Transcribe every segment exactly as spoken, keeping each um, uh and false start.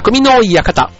匠の館。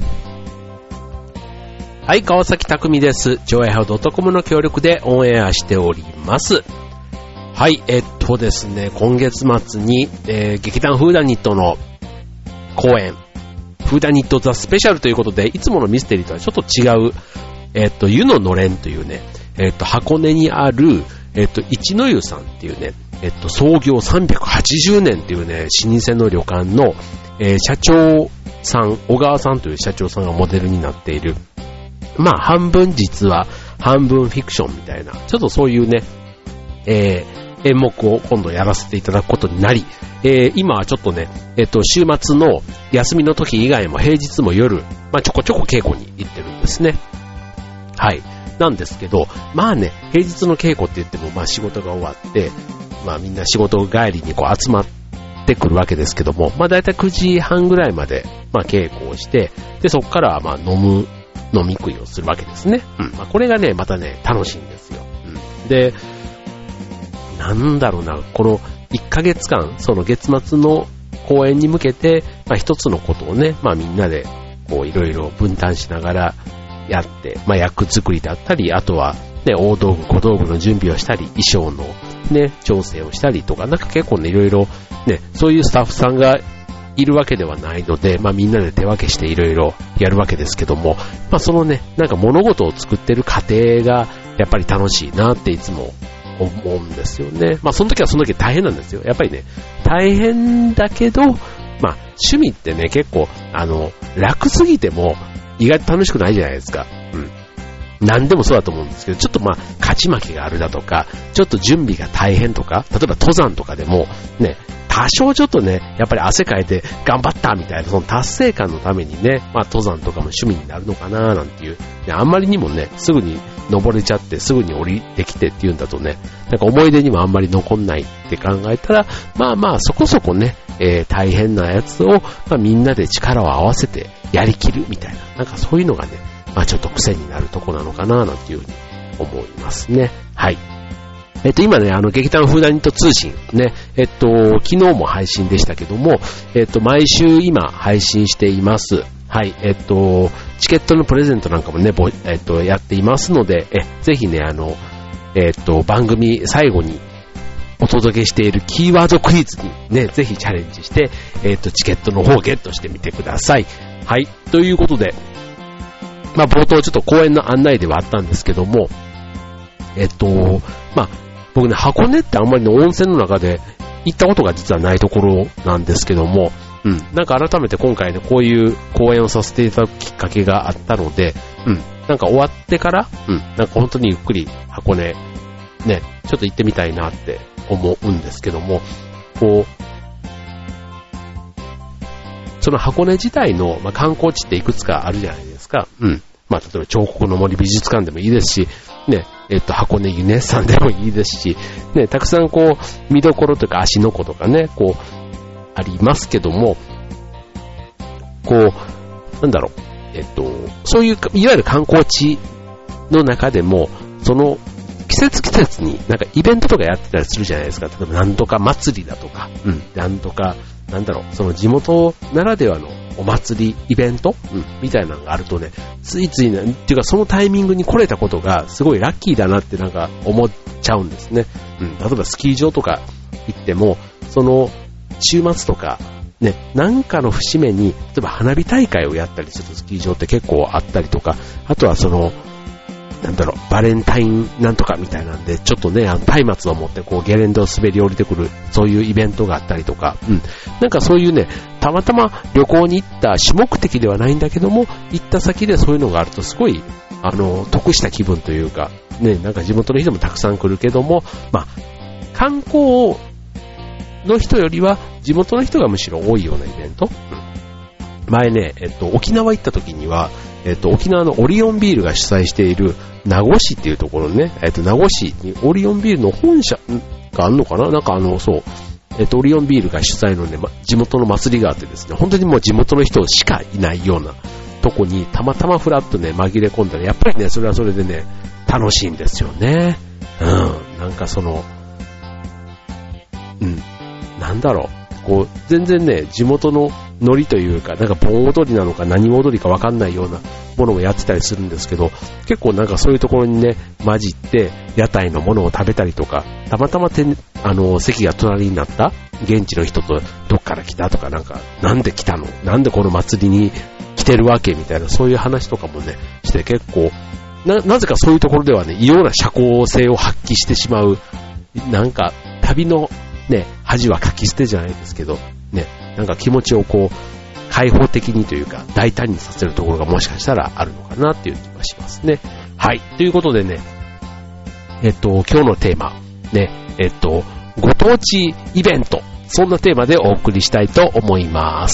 はい、川崎匠です。ジョイハウ .com の協力でオンエアしております。はい、えっとですね、今月末に、えー、劇団フーダニットの公演、フーダニットザスペシャルということで、いつものミステリーとはちょっと違う、えっと、湯ののれんというね、えっと、箱根にある、えっと、一の湯さんっていうね、えっと、創業さんびゃくはちじゅうねんっていうね、老舗の旅館の、えー、社長さん、小川さんという社長さんがモデルになっている、まあ、半分実は、半分フィクションみたいな、ちょっとそういうね、えー、演目を今度やらせていただくことになり、えー、今はちょっとね、えっと、週末の休みの時以外も平日も夜、まあ、ちょこちょこ稽古に行ってるんですね。はい。なんですけど、まあね、平日の稽古って言っても、まあ仕事が終わって、まあみんな仕事帰りにこう集まってくるわけですけども、まあだいたいくじはんぐらいまで、まあ稽古をして、で、そこからはまあ飲む、飲み食いをするわけですね。うん。まあこれがね、またね、楽しいんですよ。うん。で、なんだろうな、このいっかげつかん、その月末の公演に向けて、まあ一つのことをね、まあみんなで、こういろいろ分担しながらやって、まあ役作りだったり、あとはね、大道具、小道具の準備をしたり、衣装のね、調整をしたりとか、なんか結構ね、いろいろね、そういうスタッフさんがいるわけではないので、まあみんなで手分けしていろいろやるわけですけども、まあそのね、なんか物事を作ってる過程がやっぱり楽しいなっていつも思うんですよね。まあその時はその時大変なんですよ。やっぱりね、大変だけど、まあ趣味ってね、結構あの楽すぎても意外と楽しくないじゃないですか。うん。何でもそうだと思うんですけど、ちょっとまあ勝ち負けがあるだとか、ちょっと準備が大変とか、例えば登山とかでもね、多少ちょっとね、やっぱり汗かいて頑張ったみたいな、その達成感のためにね、まあ登山とかも趣味になるのかななんていう、ね、あんまりにもね、すぐに登れちゃってすぐに降りてきてっていうんだとね、なんか思い出にもあんまり残んないって考えたら、まあまあそこそこね、えー、大変なやつを、まあ、みんなで力を合わせてやりきるみたいな、なんかそういうのがね、まあちょっと癖になるとこなのかななんていうふうに思いますね。はい。えっと、今ね、あの、劇団フーダニット通信ね、えっと、昨日も配信でしたけども、えっと、毎週今配信しています。はい、えっと、チケットのプレゼントなんかもね、えっと、やっていますので、え、ぜひね、あの、えっと、番組最後にお届けしているキーワードクイズにね、ぜひチャレンジして、えっと、チケットの方をゲットしてみてください。はい、ということで、まあ、冒頭ちょっと公演の案内ではあったんですけども、えっと、まあ、僕ね、箱根ってあんまりね、温泉の中で行ったことが実はないところなんですけども、うん、なんか改めて今回ね、こういう公演をさせていただくきっかけがあったので、うん、なんか終わってから、うん、なんか本当にゆっくり箱根、ね、ちょっと行ってみたいなって思うんですけども、こう、その箱根自体の、まあ、観光地っていくつかあるじゃないですか。うん。まあ、例えば彫刻の森美術館でもいいですし、ね、えっと、箱根ユネッサンでもいいですし、ね、たくさんこう、見どころとか足の湖とかね、こう、ありますけども、こう、なんだろう、えっと、そういう、いわゆる観光地の中でも、その、季節季節になんかイベントとかやってたりするじゃないですか。例えばなんとか祭りだとか、うん、なんとか、なんだろう、その地元ならではのお祭り、イベント、うん、みたいなのがあるとね、ついついね、っていうかそのタイミングに来れたことがすごいラッキーだなってなんか思っちゃうんですね。うん、例えばスキー場とか行っても、その週末とか、ね、なんかの節目に、例えば花火大会をやったりするスキー場って結構あったりとか、あとはその、なんだろう、バレンタインなんとかみたいなんで、ちょっとね、あの、松明を持ってこうゲレンデを滑り降りてくる、そういうイベントがあったりとか、うん。なんかそういうね、たまたま旅行に行った主目的ではないんだけども、行った先でそういうのがあるとすごい、あの、得した気分というか、ね、なんか地元の人もたくさん来るけども、まあ、観光の人よりは地元の人がむしろ多いようなイベント、うん、前ね、えっと、沖縄行った時には、えっと、沖縄のオリオンビールが主催している名護市っていうところね、えっと、名護市にオリオンビールの本社があるのかな、なんかあの、そう、えっと、オリオンビールが主催のね、ま、地元の祭りがあってですね、本当にもう地元の人しかいないようなとこにたまたまフラッとね、紛れ込んだら、やっぱりね、それはそれでね、楽しいんですよね。うん、なんかその、うん、なんだろう、こう、全然ね、地元のノリというか、なんか盆踊りなのか何踊りかわかんないようなものをやってたりするんですけど、結構なんかそういうところにね、混じって屋台のものを食べたりとか、たまたまてあの席が隣になった現地の人とどっから来たとか、なんかなんで来たの、なんでこの祭りに来てるわけみたいな、そういう話とかもねして結構 な, なぜかそういうところではね異様な社交性を発揮してしまう、なんか旅のね恥はかき捨てじゃないですけどね、なんか気持ちをこう開放的にというか大胆にさせるところがもしかしたらあるのかなっていう気がしますね。はい、ということでね、えっと今日のテーマね、えっとご当地イベント、そんなテーマでお送りしたいと思います。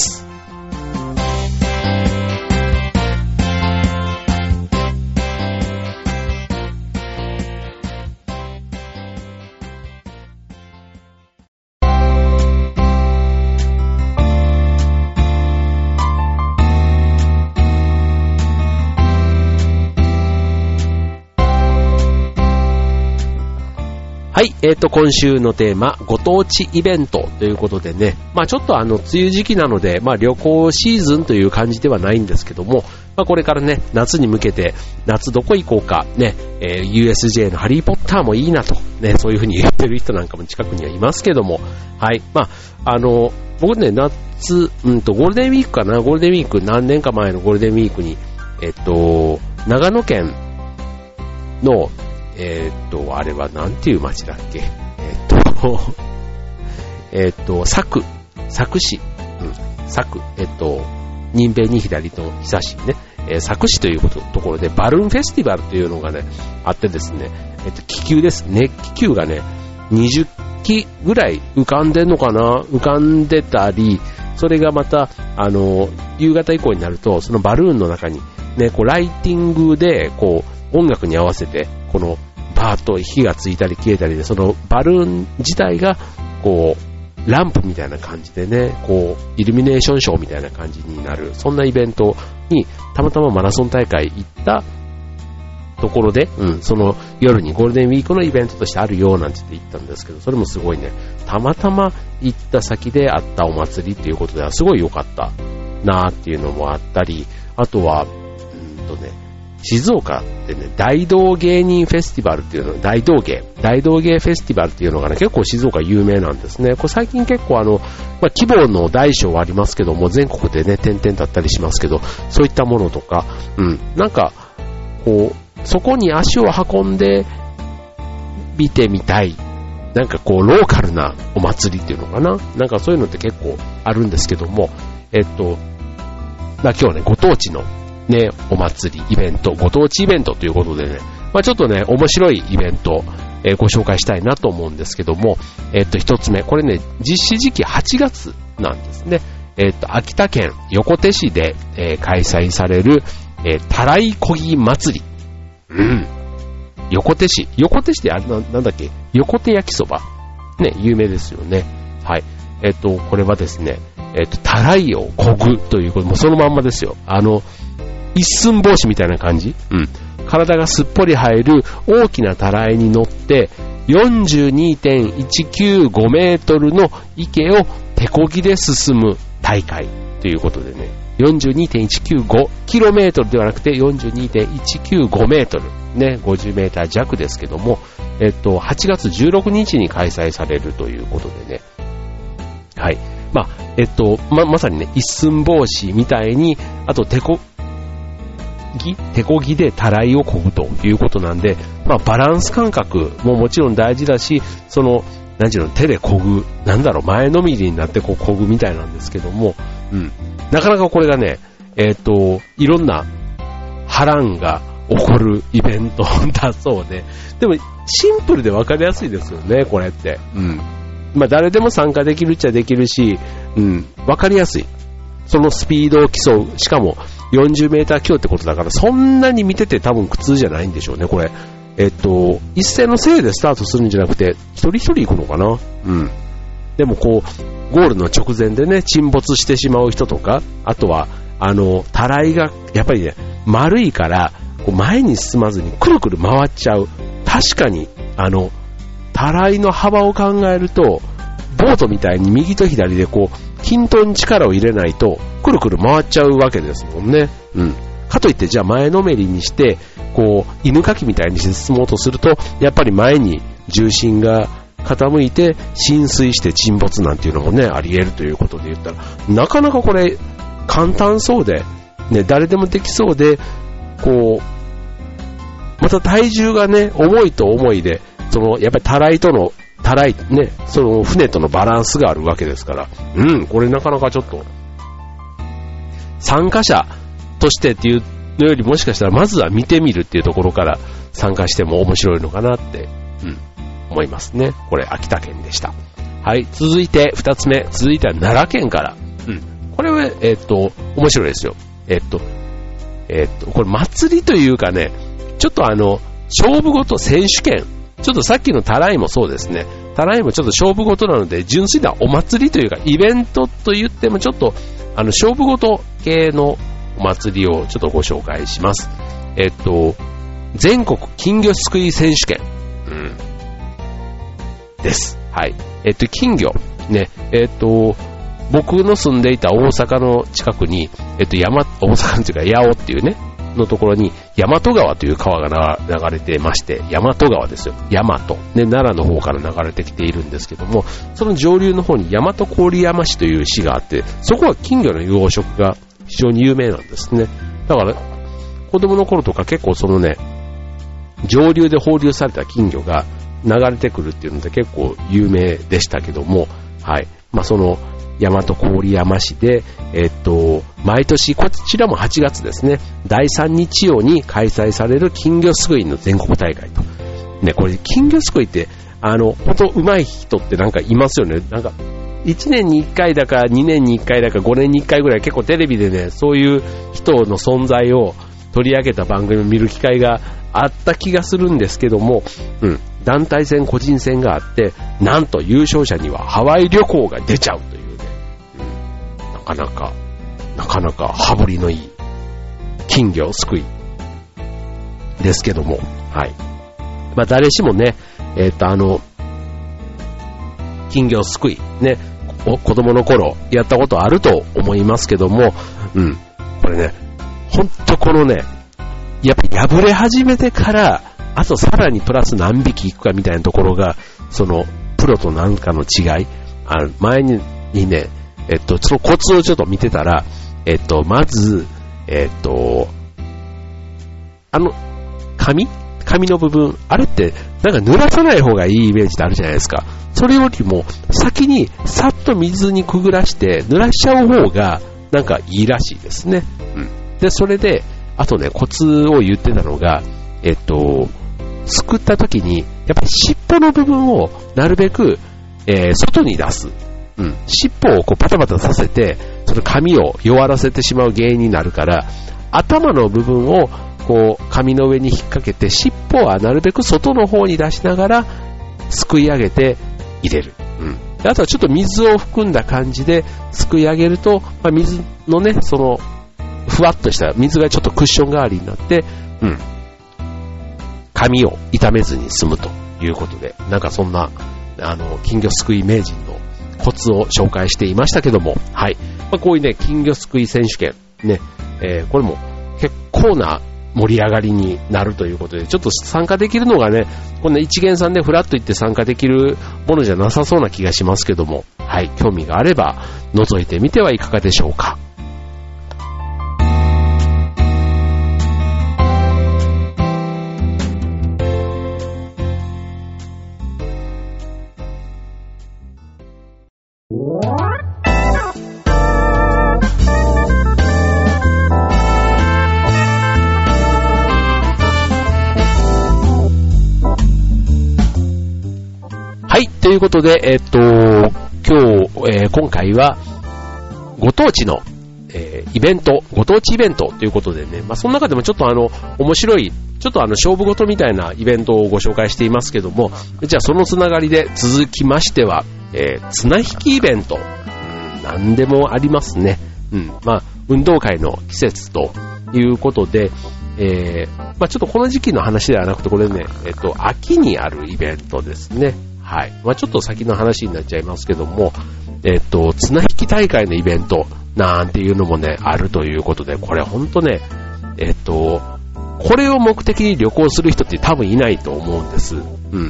はい、えっと、今週のテーマ、ご当地イベントということでね、まあちょっとあの、梅雨時期なので、まあ旅行シーズンという感じではないんですけども、まあこれからね、夏に向けて、夏どこ行こうか、ね、えー、ユーエスジェー のハリーポッターもいいなと、ね、そういうふうに言ってる人なんかも近くにはいますけども、はい、まあ、あの、僕ね、夏、うんと、ゴールデンウィークかな、ゴールデンウィーク、何年か前のゴールデンウィークに、えっと、長野県の、えー、っと、あれはなんていう町だっけ、えー、っと、えー、っと、佐久、佐久市、うん、佐久、えー、っと、人弁に左と久しね、えー、佐久市ということところでバルーンフェスティバルというのがね、あってですね、えー、っと、気球です。熱気球がね、にじゅっきぐらい浮かんでんのかな、浮かんでたり、それがまた、あの、夕方以降になると、そのバルーンの中に、ね、こう、ライティングで、こう、音楽に合わせて、このバーッと火がついたり消えたりで、そのバルーン自体がこうランプみたいな感じでね、こうイルミネーションショーみたいな感じになる、そんなイベントにたまたまマラソン大会行ったところで、うん、その夜にゴールデンウィークのイベントとしてあるよなんて言って行ったんですけど、それもすごいね、たまたま行った先であったお祭りっていうことではすごい良かったなーっていうのもあったり、あとはうんとね、静岡ってね、大道芸人フェスティバルっていうの、大道芸、大道芸フェスティバルっていうのがね、結構静岡有名なんですね。これ最近結構あの、まあ、規模の大小はありますけども、全国でね、点々だったりしますけど、そういったものとか、うん、なんか、こう、そこに足を運んで見てみたい、なんかこう、ローカルなお祭りっていうのかな、なんかそういうのって結構あるんですけども、えっと、まあ、今日はね、ご当地のね、お祭り、イベント、ご当地イベントということでね、まあちょっとね、面白いイベント、えー、ご紹介したいなと思うんですけども、えっと、一つ目、これね、実施時期はちがつなんですね。えっと、秋田県横手市で、えー、開催される、えー、たらいこぎ祭り。うん。横手市。横手市であれな、なんだっけ、横手焼きそば。ね、有名ですよね。はい。えっと、これはですね、えっと、たらいをこぐということ、もうそのまんまですよ。あの、一寸法師みたいな感じ、うん、体がすっぽり入る大きなたらいに乗って よんじゅうにてんいちきゅうご メートルの池を手漕ぎで進む大会ということでね、 よんじゅうにてんいちきゅうご キロメートルではなくて よんじゅうにてんいちきゅうご メートルね、ごじゅうメーター弱ですけども、えっとはちがつじゅうろくにちに開催されるということでね、はい、まあえっと ま, まさにね、一寸法師みたいに、あと手こ手漕ぎでたらいを漕ぐということなんで、まあバランス感覚ももちろん大事だし、その何ていうの、手で漕ぐ、なんだろう、前のめりになってこう漕ぐみたいなんですけども、うん、なかなかこれがね、えっといろんな波乱が起こるイベントだそうで、でもシンプルで分かりやすいですよね、これって。うん、まあ誰でも参加できるっちゃできるし、うん、分かりやすい。そのスピードを競う、しかもよんじゅうメーター強ってことだから、そんなに見てて多分苦痛じゃないんでしょうね、これ。えっと、一斉のせいでスタートするんじゃなくて、一人一人行くのかな。うん。でもこう、ゴールの直前でね、沈没してしまう人とか、あとは、あの、たらいが、やっぱりね、丸いから、こう前に進まずにくるくる回っちゃう。確かに、あの、たらいの幅を考えると、 ボートみたいに右と左でこう、均等に力を入れないと、くるくる回っちゃうわけですもんね。うん。かといって、じゃあ前のめりにして、こう、犬かきみたいにして進もうとすると、やっぱり前に重心が傾いて浸水して沈没なんていうのもね、あり得るということで言ったら、なかなかこれ、簡単そうで、ね、誰でもできそうで、こう、また体重がね、重いと重いで、その、やっぱりたらいとの、たらい、ね、その船とのバランスがあるわけですから、うん、これなかなかちょっと、参加者としてっていうのよりもしかしたら、まずは見てみるっていうところから参加しても面白いのかなって、うん、思いますね。これ、秋田県でした。はい、続いて二つ目、続いては奈良県から、うん、これは、えっと、面白いですよ。えっと、えっと、これ祭りというかね、ちょっとあの、勝負ごと選手権、ちょっとさっきのタライもそうですね。タライもちょっと勝負ごとなので、純粋なお祭りというか、イベントと言ってもちょっと、あの、勝負ごと系のお祭りをちょっとご紹介します。えっと、全国金魚すくい選手権、うん、です。はい。えっと、金魚、ね、えっと、僕の住んでいた大阪の近くに、えっと、山、大阪っていうか、八尾っていうね、のところに、大和川という川が流れてまして、大和川ですよ。大和。ね、奈良の方から流れてきているんですけども、その上流の方に大和郡山市という市があって、そこは金魚の養殖が非常に有名なんですね。だから、子供の頃とか結構そのね、上流で放流された金魚が流れてくるっていうので結構有名でしたけども、はい。まあ、その、大和郡山市で、えっと、毎年、こちらもはちがつですね、だいさん日曜に開催される金魚すくいの全国大会と。ね、これ、金魚すくいって、あの、本当上手い人ってなんかいますよね。なんか、いちねんにいっかいだか、にねんにいっかいだか、ごねんにいっかいぐらい結構テレビでね、そういう人の存在を取り上げた番組を見る機会があった気がするんですけども、うん、団体戦、個人戦があって、なんと優勝者にはハワイ旅行が出ちゃうという。なかなか、なかなか羽振りのいい金魚すくいですけども、はい。まあ誰しもね、えっとあの、金魚すくい、ね、子供の頃やったことあると思いますけども、うん、これね、ほんとこのね、やっぱ破れ始めてから、あとさらにプラス何匹いくかみたいなところが、その、プロとなんかの違い、あの前にね、えっと、そのコツをちょっと見てたら、えっと、まず、えっと、あの、紙紙の部分、あれって、なんか濡らさない方がいいイメージってあるじゃないですか。それよりも、先にさっと水にくぐらして、濡らしちゃう方が、なんかいいらしいですね。うん。で、それで、あとね、コツを言ってたのが、えっと、すくった時に、やっぱり尻尾の部分をなるべく、えー、外に出す。うん、尻尾をこうパタパタさせて、その髪を弱らせてしまう原因になるから、頭の部分をこう髪の上に引っ掛けて、尻尾はなるべく外の方に出しながらすくい上げて入れる。うん、であとはちょっと水を含んだ感じですくい上げると、まあ、水のね、そのふわっとした水がちょっとクッション代わりになって、うん、髪を傷めずに済むということで、なんかそんなあの金魚すくい名人のコツを紹介していましたけども、はい。まあ、こういうね、金魚すくい選手権、ね、えー、これも結構な盛り上がりになるということで、ちょっと参加できるのがね、こんな一元さんでフラッと行って参加できるものじゃなさそうな気がしますけども、はい。興味があれば、覗いてみてはいかがでしょうか。はい、ということで、えっと、今日、えー、今回は、ご当地の、えー、イベント、ご当地イベントということでね、まあ、その中でもちょっとあの、面白い、ちょっとあの、勝負事みたいなイベントをご紹介していますけども、じゃあそのつながりで続きましては、えー、綱引きイベント、うん、なんでもありますね。うん、まあ、運動会の季節ということで、えー、まあ、ちょっとこの時期の話ではなくて、これね、えっと、秋にあるイベントですね。 はい。まあちょっと先の話になっちゃいますけども、えっと、綱引き大会のイベントなんていうのもね、あるということで、これほんとね、えっと、これを目的に旅行する人って多分いないと思うんです。うん。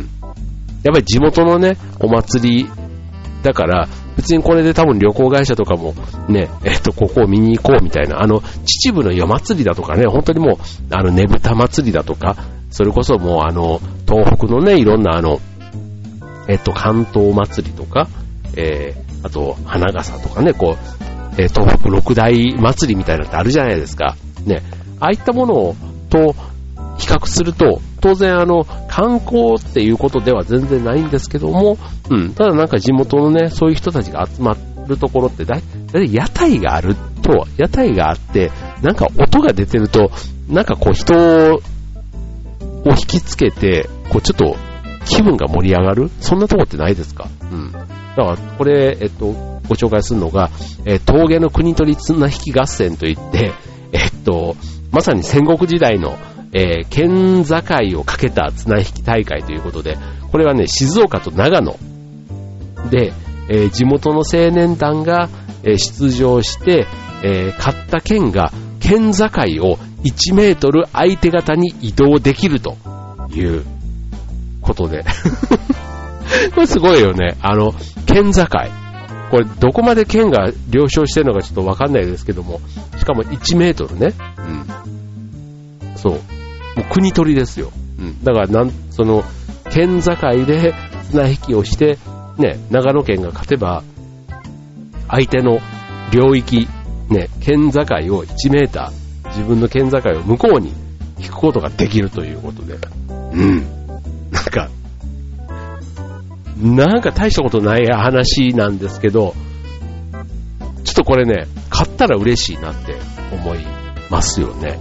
やっぱり地元のね、お祭りだから、別にこれで多分旅行会社とかもね、えっと、ここを見に行こうみたいな、あの、秩父の夜祭りだとかね、本当にもう、あの、ねぶた祭りだとか、それこそもうあの、東北のね、いろんなあの、えっと、関東祭りとか、えー、あと、花笠とかね、こう、えー、東北六大祭りみたいなのってあるじゃないですか。ね。ああいったものと比較すると、当然あの、観光っていうことでは全然ないんですけども、うん、ただなんか地元のね、そういう人たちが集まるところってだい、だい屋台があると、屋台があって、なんか音が出てると、なんかこう人を引きつけて、こうちょっと気分が盛り上がる、そんなとこってないですか？うん。だからこれ、えっと、ご紹介するのが、えー、峠の国取り綱引き合戦といって、えっと、まさに戦国時代のえー、県境をかけた綱引き大会ということで、これはね、静岡と長野で、えー、地元の青年団が、えー、出場して、えー、勝った県が県境をいちメートル相手方に移動できるということで。これすごいよね。あの、県境。これどこまで県が了承してるのかちょっとわかんないですけども、しかもいちメートルね。うん。そう。もう国取りですよ。うん。だからなん、その、県境で綱引きをして、ね、長野県が勝てば、相手の領域、ね、県境をいちメーター、自分の県境を向こうに引くことができるということで。うん。なんか、なんか大したことない話なんですけど、ちょっとこれね、買ったら嬉しいなって思いますよね。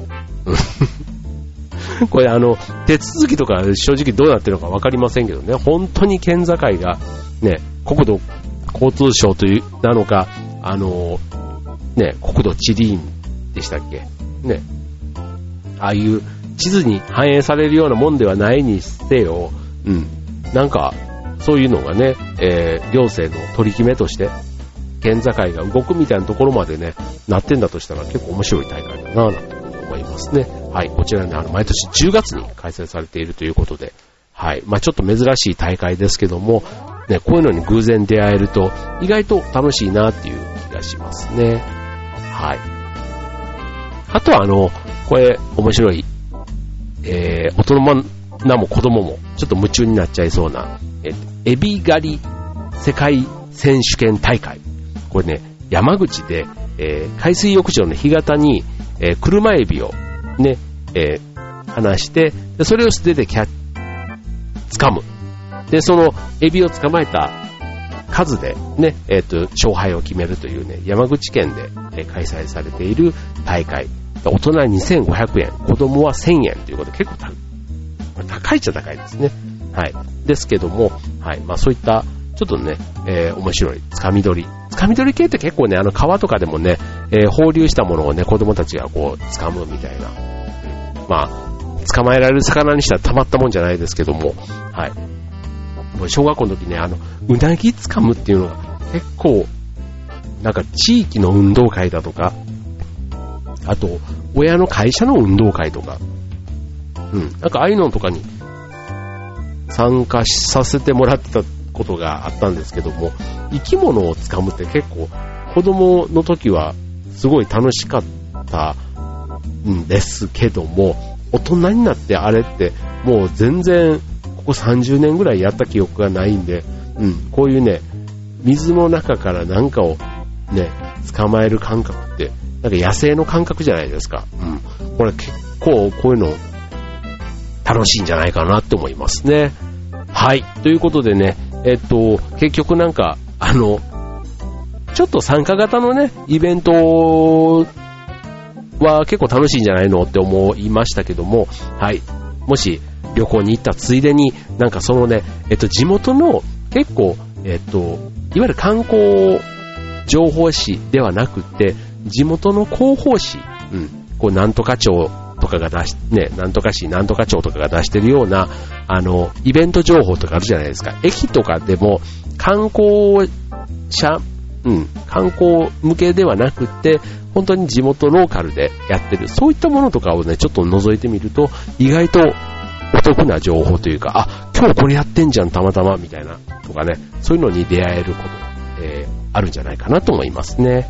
これあの、手続きとか正直どうなってるのかわかりませんけどね、本当に県境がね、国土交通省というなのか、あの、ね、国土地理院でしたっけね、ああいう地図に反映されるようなもんではないにせよ、うん、なんか、そういうのがね、えー、行政の取り決めとして、県境が動くみたいなところまでね、なってんだとしたら結構面白い大会だなぁなんて思いますね。はい、こちらね、あの、毎年じゅうがつに開催されているということで、はい、まあちょっと珍しい大会ですけども、ね、こういうのに偶然出会えると、意外と楽しいなっていう気がしますね。はい。あとはあの、これ面白い、えー、大人も子供もちょっと夢中になっちゃいそうな、えー、エビ狩り世界選手権大会。これね、山口で、えー、海水浴場の干潟に、えー、車エビをね、えー、離して、でそれを素手でキャッ掴む。で、そのエビを捕まえた数でね、えっと、勝敗を決めるというね、山口県で、えー、開催されている大会。大人はにせんごひゃくえん、子供はせんえんということで結構高いっちゃ高いですね。はい。ですけども、はい。まあそういったちょっとね、えー、面白いつかみ取り。つかみ取り系って結構ね、あの川とかでもね、えー、放流したものをね、子供たちがこう掴むみたいな。うん、まあ捕まえられる魚にしたらたまったもんじゃないですけども、はい。もう小学校の時ね、あのうなぎ掴むっていうのが結構なんか地域の運動会だとか。あと、親の会社の運動会とか、うん、なんかああいうのとかに参加させてもらってたことがあったんですけども、生き物を掴むって結構子供の時はすごい楽しかったんですけども、大人になってあれってもう全然ここさんじゅうねんぐらいやった記憶がないんで、うん、こういうね、水の中から何かをね、捕まえる感覚ってなんか野生の感覚じゃないですか。うん。これ結構こういうの楽しいんじゃないかなって思いますね。はい。ということでね、えっと、結局なんか、あの、ちょっと参加型のね、イベントは結構楽しいんじゃないのって思いましたけども、はい。もし旅行に行ったついでに、なんかそのね、えっと、地元の結構、えっと、いわゆる観光情報誌ではなくて、地元の広報誌、うん、こうなんとか町とかかが出し、ね、なんとか市、なんとか町とかが出してるような、あの、イベント情報とかあるじゃないですか。駅とかでも、観光者、うん、観光向けではなくって、本当に地元ローカルでやってる、そういったものとかをね、ちょっと覗いてみると、意外とお得な情報というか、あ、今日これやってんじゃん、たまたま、みたいな、とかね、そういうのに出会えることが、えー、あるんじゃないかなと思いますね。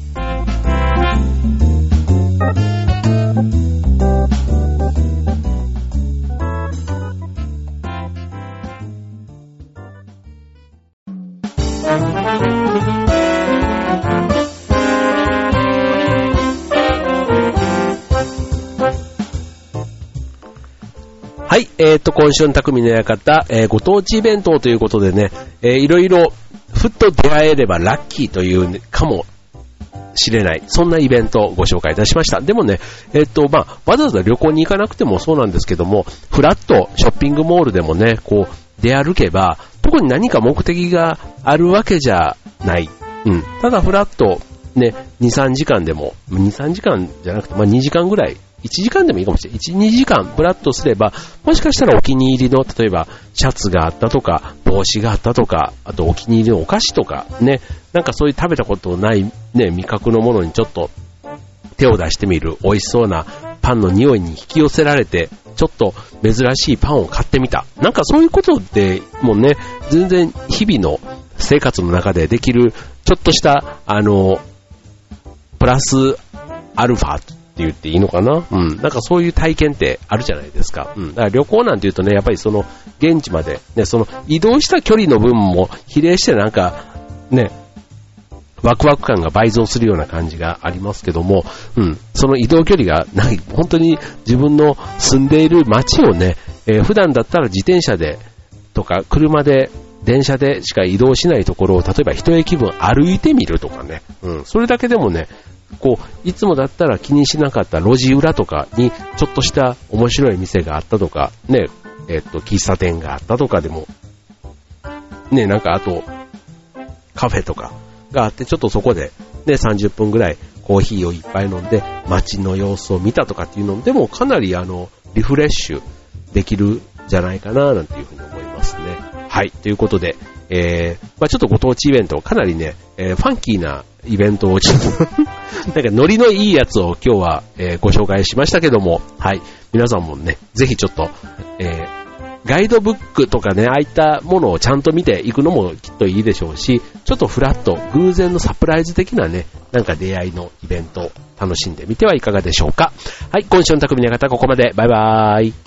はい、えーと、今週の匠の館、えー、ご当地イベントということでね、えー、いろいろふっと出会えればラッキーというかもしれない、そんなイベントをご紹介いたしました。でもね、えーと、まあ、わざわざ旅行に行かなくてもそうなんですけども、フラッとショッピングモールでもね、こう、出歩けば、特に何か目的があるわけじゃない。うん。ただフラッとね、に、さんじかんでも、に、さんじかんじゃなくて、まあ、にじかんぐらい、いちじかんでもいいかもしれない。いち、にじかんブラッとすれば、もしかしたらお気に入りの、例えばシャツがあったとか、帽子があったとか、あとお気に入りのお菓子とか、ね、なんかそういう食べたことないね、味覚のものにちょっと手を出してみる、美味しそうなパンの匂いに引き寄せられて、ちょっと珍しいパンを買ってみた。なんかそういうことでもうね、全然日々の生活の中でできる、ちょっとした、あの、プラスアルファって言っていいのかな、うん。なんかそういう体験ってあるじゃないですか。うん。だから旅行なんて言うとね、やっぱりその現地まで、ね、その移動した距離の分も比例してなんか、ね、ワクワク感が倍増するような感じがありますけども、うん。その移動距離がない、本当に自分の住んでいる街をね、えー、普段だったら自転車でとか車で、電車でしか移動しないところを、例えば一駅分歩いてみるとかね。うん。それだけでもね、こう、いつもだったら気にしなかった路地裏とかに、ちょっとした面白い店があったとか、ね、えっと、喫茶店があったとかでも、ね、なんかあと、カフェとかがあって、ちょっとそこで、ね、さんじゅっぷんぐらいコーヒーをいっぱい飲んで、街の様子を見たとかっていうのでも、かなりあの、リフレッシュできるんじゃないかな、なんていうふうに思いますね。はい、ということで、えー、まあちょっとご当地イベント、かなりね、えー、ファンキーなイベントをちょっとなんかノリのいいやつを今日は、えー、ご紹介しましたけども、はい、皆さんもね、ぜひちょっと、えー、ガイドブックとかね、ああいったものをちゃんと見ていくのもきっといいでしょうし、ちょっとフラッと偶然のサプライズ的なね、なんか出会いのイベントを楽しんでみてはいかがでしょうか。はい、今週の匠の館ここまで。バイバーイ。